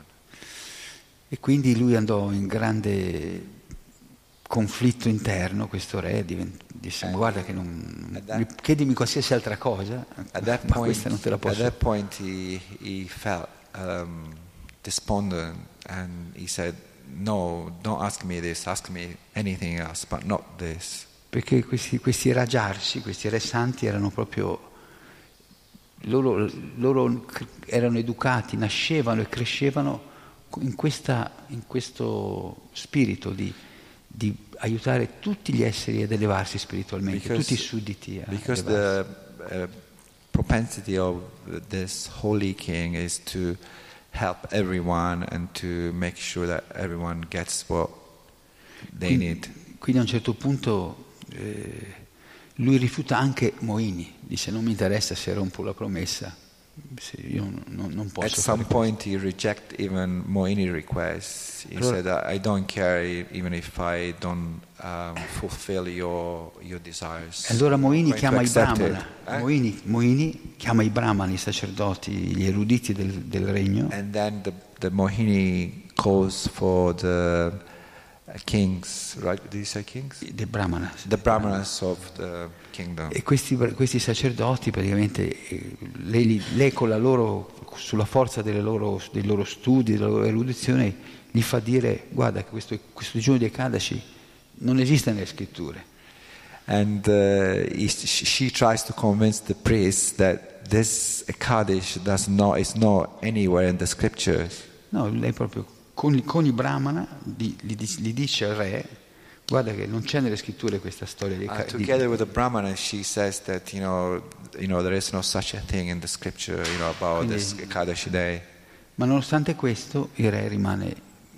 E quindi lui andò in grande conflitto interno, questo re, divent- disse: ma guarda che non, At that- mi- chiedimi qualsiasi altra cosa, At that ma point, questa non te la at posso. that point, he he felt um, despondent, and he said, "No, don't ask me this. Ask me anything else, but not this." Perché questi, questi rajarsi, questi re santi erano proprio, loro, loro cr- erano educati, nascevano e crescevano in, questa, in questo spirito di, di aiutare tutti gli esseri ad elevarsi spiritualmente, Because- tutti i sudditi a Because elevarsi. the uh, propensity of this holy king is to help everyone and to make sure that everyone gets what they Quindi, need. quindi a un certo punto eh, lui rifiuta anche Moini, dice: non mi interessa se rompo la promessa, se io non, non posso At fare some questo. point, he reject even Moini requests. He Allora- said, "I don't care even if I don't um, fulfill your your desires." E allora Moini I'm going chiama to i accept brahmana, it. Eh? Moini, Moini chiama i brahmani, i sacerdoti, gli eruditi del, del regno, And then the the Mohini calls for the uh, kings, right? Did you say kings? dei brahmana. The brahmanas of the kingdom. E questi, questi sacerdoti praticamente, eh, lei, li- lei con la loro, sulla forza delle loro, dei loro studi, della loro erudizione, gli fa dire: guarda che questo, questo digiuno di Ekadashi non esiste nelle scritture. And uh, he, she tries to convince the priests that this Ekadish does not is not anywhere in the scriptures. No, lei proprio con, con i brahmana di- gli, dice- gli dice al re: guarda che non c'è nelle scritture questa storia di Uh, Ekadashi. together with the Brahmana, she says that you know, you know, there is no such a thing in the scripture, you know, about Quindi- this Ekadashi day. Ma nonostante questo il re rimane,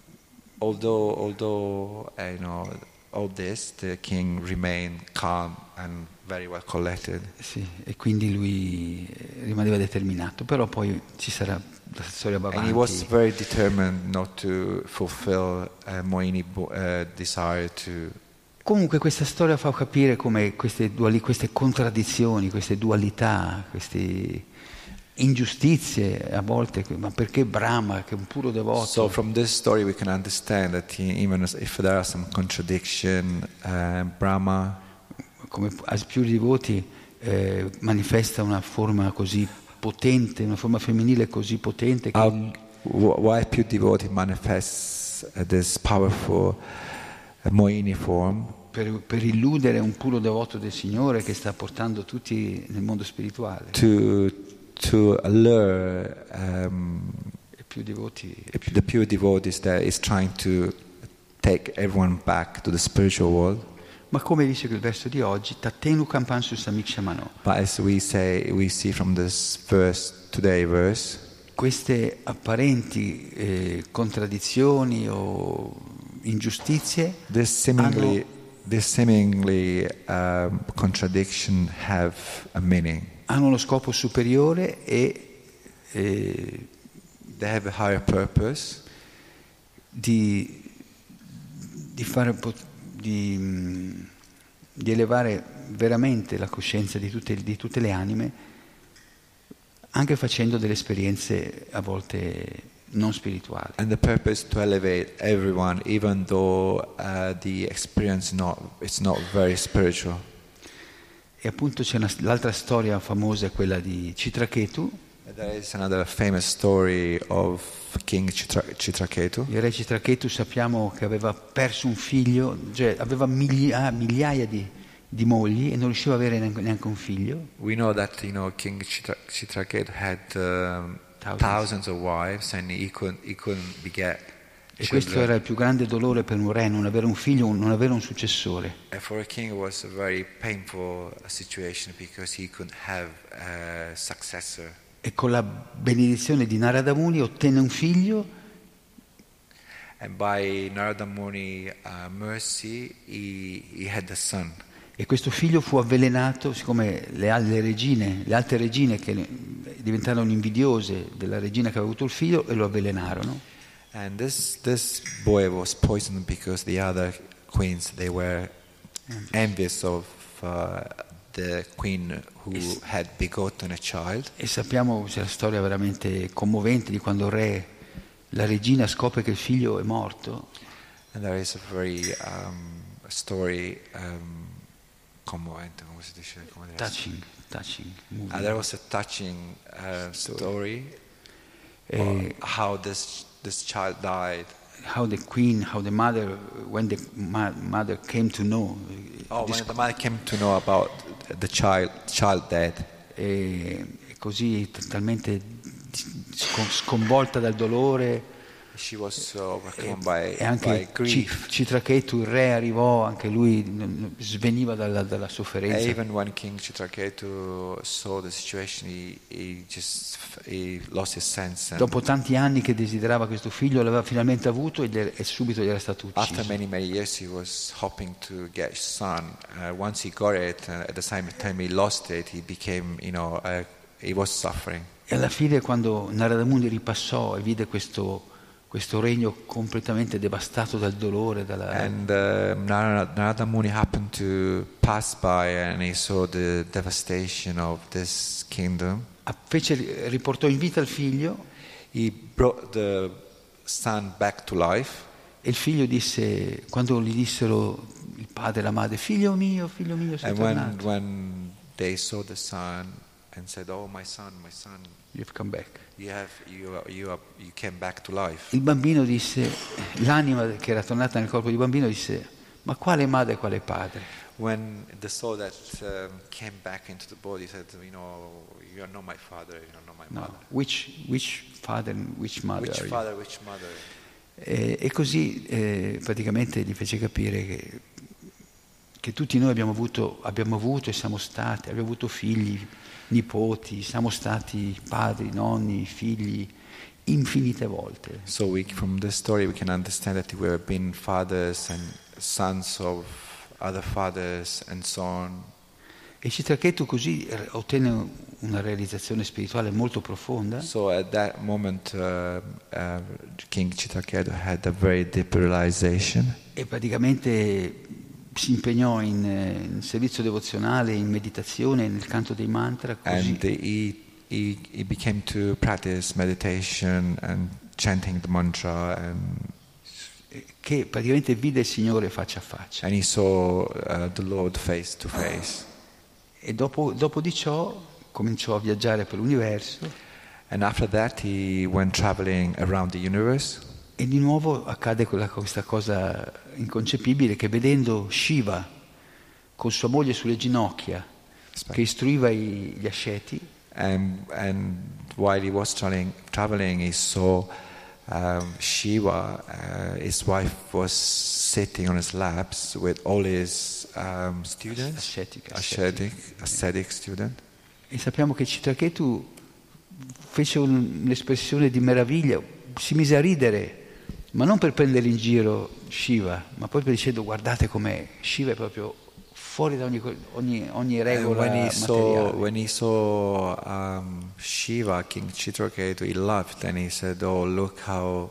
Although, although uh, you know, all this, the king remained calm and very well collected. sì, e quindi lui eh, rimaneva determinato, però poi ci sarà, la storia va And he was avanti. very determined not to fulfill uh, Moini bo- uh, desire to. Comunque questa storia fa capire come queste, duali, queste contraddizioni, queste dualità, queste ingiustizie a volte, ma perché Brahma, che è un puro devoto, So from this story we can understand that he, even if there are some contradiction, uh, Brahma, come ai più devoti eh, manifesta una forma così potente, una forma femminile così potente che how, wh- why più devotee manifests uh, this powerful uh, Moini form per, per illudere un puro devoto del Signore che sta portando tutti nel mondo spirituale. to to allure um, E più devoti, the pure devotees that is trying to take everyone back to the spiritual world. Ma come dice il verso di oggi, Tattenu kampan susamikshemano. But as we say, we see from this verse, today verse, Queste apparenti eh, contraddizioni o ingiustizie this seemingly, hanno, this seemingly um, contradiction have a meaning. hanno uno scopo superiore e eh, They have a higher purpose di, di, fare, di, di elevare veramente la coscienza di tutte, di tutte le anime, anche facendo delle esperienze a volte non spirituali. and the purpose to elevate everyone, even though uh, the experience not it's not very spiritual. E appunto c'è una, l'altra storia famosa è quella di Citraketu. There is another famous story of King Chitra- Chitraketu. Il re Citraketu sappiamo che aveva perso un figlio, cioè aveva miglia- migliaia di, di mogli e non riusciva a avere neanche, neanche un figlio. We know that you know King Chitra- Chitraketu had um, Thousands. thousands of wives, and he couldn't he couldn't beget E questo children. era il più grande dolore per un re, non avere un figlio, non avere un successore. And for a king, it was a very painful uh, situation because he couldn't have a successor. E con la benedizione di Narada Muni ottenne un figlio And by Narada Muni uh, mercy, he, he had a son. e questo figlio fu avvelenato, siccome le, alle regine, le altre regine che diventarono invidiose della regina che aveva avuto il figlio e lo avvelenarono. And this this boy was poisoned because the other queens, they were envious of uh, the queen who Yes. had begotten a child. E sappiamo, c'è la storia veramente commovente di quando il re, la regina scopre che il figlio è morto. And there is a very um, a story um, commovente, come si dice? Come dire? Touching, touching. moving. Uh, there was a touching uh, story Eh, of how this this child died. how the queen, how the mother, when the ma- mother came to know, eh, Oh, dis- when the mother came to know about the child child dead, e, e così talmente scon- sconvolta dal dolore, she was overcome by, e by anche grief. Ci- Citraketu, il re, arrivò, anche lui n- n- sveniva dalla, dalla And sofferenza. even when King Chitraketu saw the situation, he, he just he lost his sense. And Dopo tanti anni che desiderava questo figlio, l'aveva finalmente avuto e, gli- e subito gli era stato after ucciso. many many years, he was hoping to get his son. Uh, once he got it, uh, at the same time he lost it, he became, you know, uh, he was suffering. E alla fine, quando Narada Muni ripassò e vide questo, questo regno completamente devastato dal dolore, dalla, And uh, Narada, Narada Muni happened to pass by, and he saw the devastation of this kingdom. fece, riportò in vita il figlio He brought the son back to life. e il figlio disse, quando gli dissero il padre e la madre, figlio mio, figlio mio, sei And when, tornato. when they saw the son and said, "Oh, my son, my son, You've come back. you have you are- you are, you came back to life." Il bambino disse, l'anima che era tornata nel corpo di bambino disse, ma quale madre e quale padre? When the soul that um, came back into the body said, "You know, you are not my father, you are not my No, mother. which, which father and which mother Which are you? father, which mother?" E, e così eh, praticamente gli fece capire che, che tutti noi abbiamo avuto, abbiamo avuto e siamo stati, abbiamo avuto figli, nipoti, siamo stati padri, nonni, figli, infinite volte. So we, from this story, we can understand that we have been fathers and sons of other fathers and so on. E Citraketu così ottenne una realizzazione spirituale molto profonda. So at that moment, uh, uh, King Chitraketu had a very deep realization, E praticamente si impegnò in, eh, in servizio devozionale, in meditazione, nel canto dei mantra, così. and he, he he became to practice meditation and chanting the mantra, and che praticamente vide il Signore faccia a faccia. and he saw uh, the Lord face to face. E dopo, dopo di ciò cominciò a viaggiare per l'universo And after that, he went traveling around the universe. e di nuovo accade quella, questa cosa inconcepibile che vedendo Shiva con sua moglie sulle ginocchia che istruiva i, gli asceti, And, and while he was traveling, traveling he saw um, Shiva, uh, his wife was sitting on his laps with all his um, students, Ascetic, ascetic, ascetic student. E sappiamo che Chitraketu fece un- un'espressione di meraviglia, si mise a ridere, ma non per prendere in giro Shiva, ma poi per dicendo guardate com'è, Shiva è proprio fuori da ogni, ogni, ogni And regola when he saw materiale. when he saw um, Shiva, King Chitraketu, he laughed and he said, "Oh, look how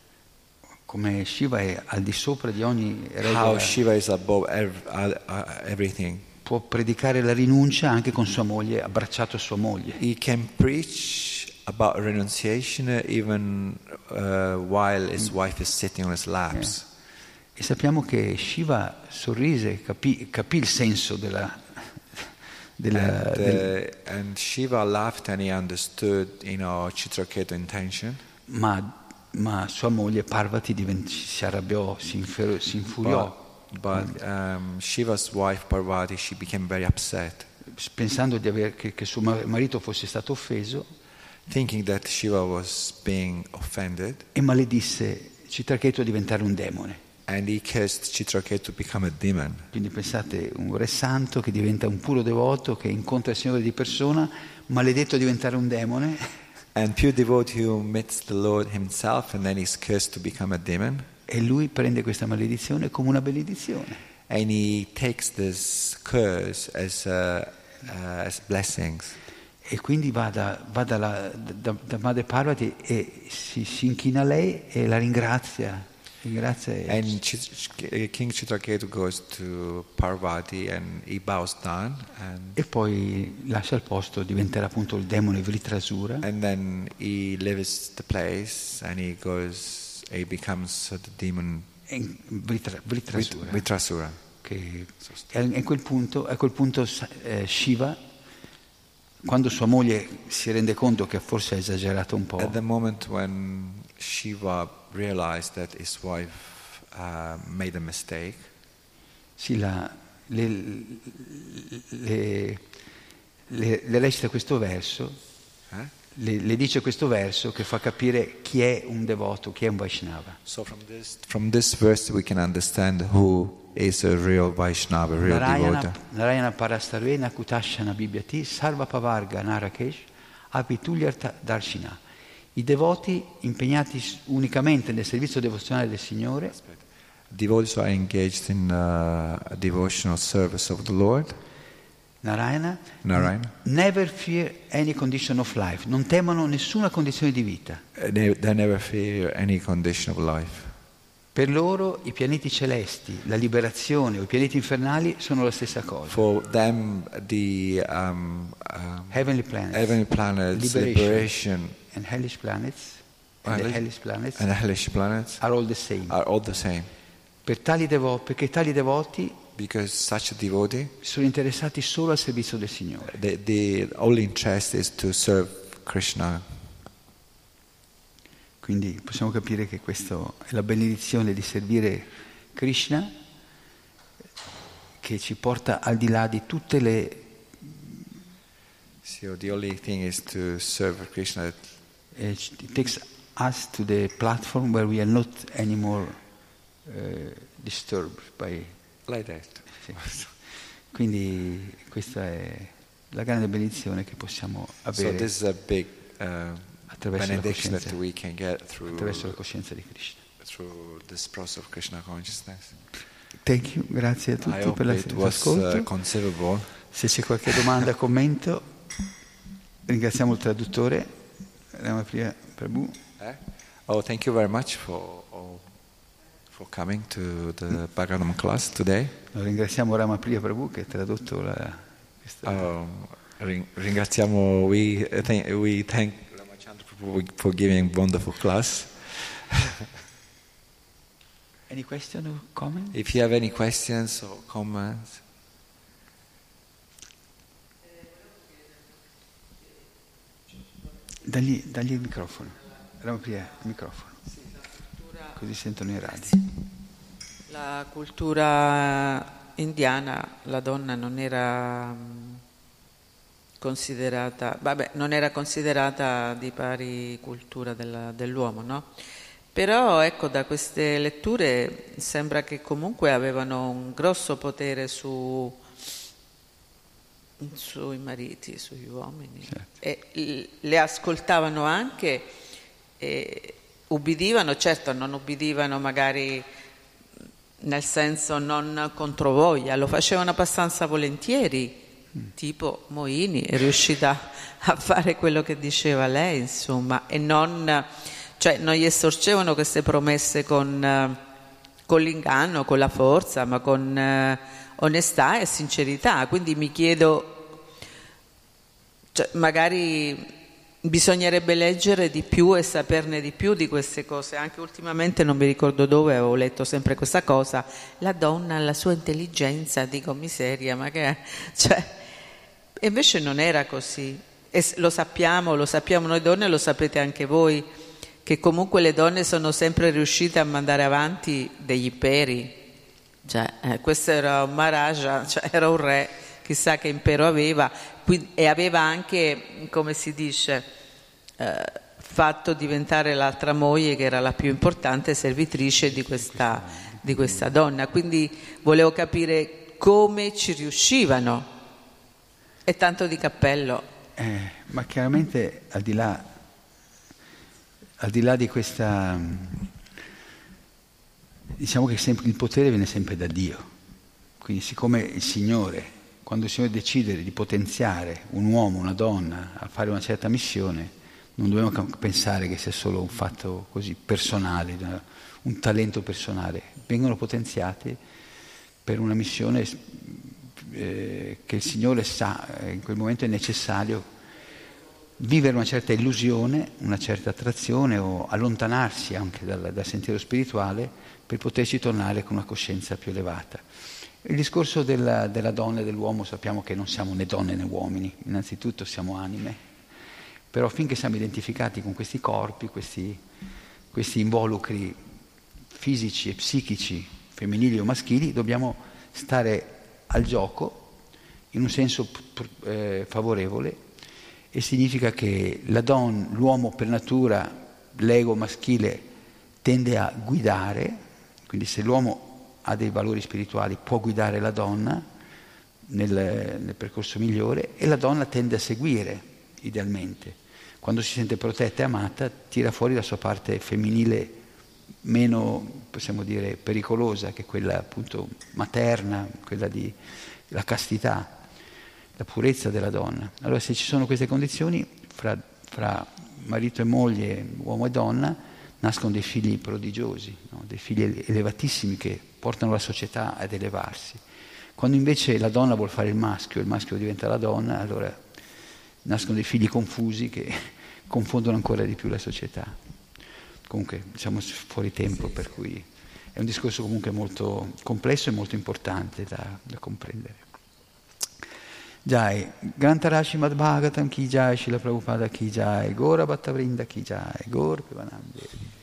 Come Shiva è al di sopra di ogni how regola, Shiva is above ev- uh, uh, everything. può predicare la rinuncia anche con sua moglie, abbracciato sua moglie. He can preach about renunciation uh, even uh, while his wife is sitting on his laps." E sappiamo che Shiva sorrise, capì, capì il senso della, della- And, del- uh, and Shiva laughed and he understood, you know, Chitraketu intention. ma, ma sua moglie Parvati divent- si arrabbiò, si, infer- si infuriò, But, but um, Shiva's wife Parvati, she became very upset, pensando di aver, che, che suo ma- marito fosse stato offeso, thinking that Shiva was being offended, e maledisse Chitraketu a diventare un demone. and he cursed Chitraketu to become a demon. Quindi pensate, un re santo che diventa un puro devoto, che incontra il Signore di persona, maledetto a diventare un demone, And pure devotee who meets the Lord himself and then is cursed to become a demon. e lui prende questa maledizione come una benedizione. And he takes this curse as, uh, uh, as blessings. E quindi va da, va dalla, da, da Madre Parvati e si, si inchina a lei e la ringrazia. ringrazia e, And Chit- King Chitraketu goes to Parvati and he bows down, and, e poi lascia il posto, diventerà appunto il demone Vritrasura. and then he leaves the place and he goes, he becomes the demon e- Vritra- Vit- Vritrasura. Vitrasura. Che, e a quel punto, a quel punto eh, Shiva, quando sua moglie si rende conto che forse ha esagerato un po', At the moment when Shiva realized that his wife uh, made a mistake, sì, la, le, le, le, le recita questo verso, eh? le, le dice questo verso che fa capire chi è un devoto, chi è un Vaishnava. So from this from this verse we can understand who is a real Vaishnava, a real Narayana, devotee. Narayana Parastarvena Kutashana Bibhyati Sarva Pavarga Narakesh Apitulyartha Darshina. I devoti impegnati unicamente nel servizio devozionale del Signore, Devotees are engaged in uh, a devotional service of the Lord, Narayana, Narayana. never fear any condition of life, non temono nessuna condizione di vita. Uh, They, they never fear any condition of life. Per loro i pianeti celesti, la liberazione o i pianeti infernali sono la stessa cosa. For them, the um, um, Heavenly planets, heavenly planets, Liberation. liberation, and hellish planets, and the Hellish- hellish planets and the hellish planets are all the same. are all the same. Per tali devo- perché tali devoti Because such a devotee, sono interessati solo al servizio del Signore. the, the only interest is to serve Krishna. Quindi possiamo capire che questa è la benedizione di servire Krishna, che ci porta al di là di tutte le... So the only thing is to serve Krishna. eh, it takes us to the platform where we are not anymore eh, disturbed by... Like that. Sì. Quindi questa è la grande benedizione che possiamo So avere this is a big uh, attraverso la, benediction that coscienza, we can get through attraverso la coscienza di Krishna. through this process of Krishna consciousness. Thank you, grazie a I tutti hope per la- it was uh, l'ascolto. conceivable. Se c'è qualche domanda, commento, ringraziamo il traduttore, Ramapriya Prabhu. Eh? Oh, thank you very much for all, for coming to the Bhagavatam class today. Lo ringraziamo Ramapriya Prabhu che ha tradotto la, questa, Um, ring- ringraziamo, we, uh, thank, we thank Ramachandra Prabhu for giving wonderful class. Any question or comment? If you have any questions or comments, Dagli, dagli il microfono. Ramapriya, il microfono. Così sentono in radio. La cultura indiana, la donna non era mm, considerata, vabbè, non era considerata di pari cultura della, dell'uomo, no? Però ecco, da queste letture sembra che comunque avevano un grosso potere su, sui mariti, sugli uomini, Certo. e le ascoltavano anche, e ubbidivano, certo non ubbidivano magari nel senso non controvoglia, lo facevano abbastanza volentieri, mm. tipo Moini è riuscita a fare quello che diceva lei, insomma, e non, cioè, non gli estorcevano queste promesse con, con l'inganno, con la forza, ma con eh, onestà e sincerità. Quindi mi chiedo, cioè, magari bisognerebbe leggere di più e saperne di più di queste cose. Anche ultimamente, non mi ricordo dove, avevo letto sempre questa cosa, la donna, la sua intelligenza, dico miseria, ma che è? Cioè, e invece non era così, e lo sappiamo, lo sappiamo noi donne, lo sapete anche voi, che comunque le donne sono sempre riuscite a mandare avanti degli imperi. Cioè, eh, questo era un Maharaja, cioè era un re, chissà che impero aveva, e aveva anche, come si dice, eh, fatto diventare l'altra moglie, che era la più importante servitrice di questa, di questa donna. Quindi volevo capire come ci riuscivano, e tanto di cappello. Eh, ma chiaramente al di là, al di là di questa, diciamo che sempre, il potere viene sempre da Dio. Quindi siccome il Signore, quando il Signore decide di potenziare un uomo, una donna a fare una certa missione, non dobbiamo pensare che sia solo un fatto così personale, un talento personale. Vengono potenziati per una missione eh, che il Signore sa, eh, in quel momento è necessario vivere una certa illusione, una certa attrazione, o allontanarsi anche dal, dal sentiero spirituale per poterci tornare con una coscienza più elevata. Il discorso della, della donna e dell'uomo, sappiamo che non siamo né donne né uomini, innanzitutto siamo anime, però finché siamo identificati con questi corpi, questi, questi involucri fisici e psichici, femminili o maschili, dobbiamo stare al gioco in un senso eh, favorevole, e significa che la donna, l'uomo per natura, l'ego maschile tende a guidare, quindi se l'uomo ha dei valori spirituali può guidare la donna nel, nel percorso migliore, e la donna tende a seguire idealmente. Quando si sente protetta e amata, tira fuori la sua parte femminile meno, possiamo dire, pericolosa, che è quella appunto materna, quella di la castità, la purezza della donna. Allora, se ci sono queste condizioni fra, fra marito e moglie, uomo e donna, nascono dei figli prodigiosi, no? Dei figli elevatissimi che portano la società ad elevarsi. Quando invece la donna vuol fare il maschio e il maschio diventa la donna, allora nascono dei figli confusi che confondono ancora di più la società. Comunque, siamo fuori tempo, per cui è un discorso comunque molto complesso e molto importante da, da comprendere. Jai, Grantarashi Madhbhagatam ki jai, Srila Prabhupada ki jai, Gora Bhatta Vrinda ki jai, Gora Premanande.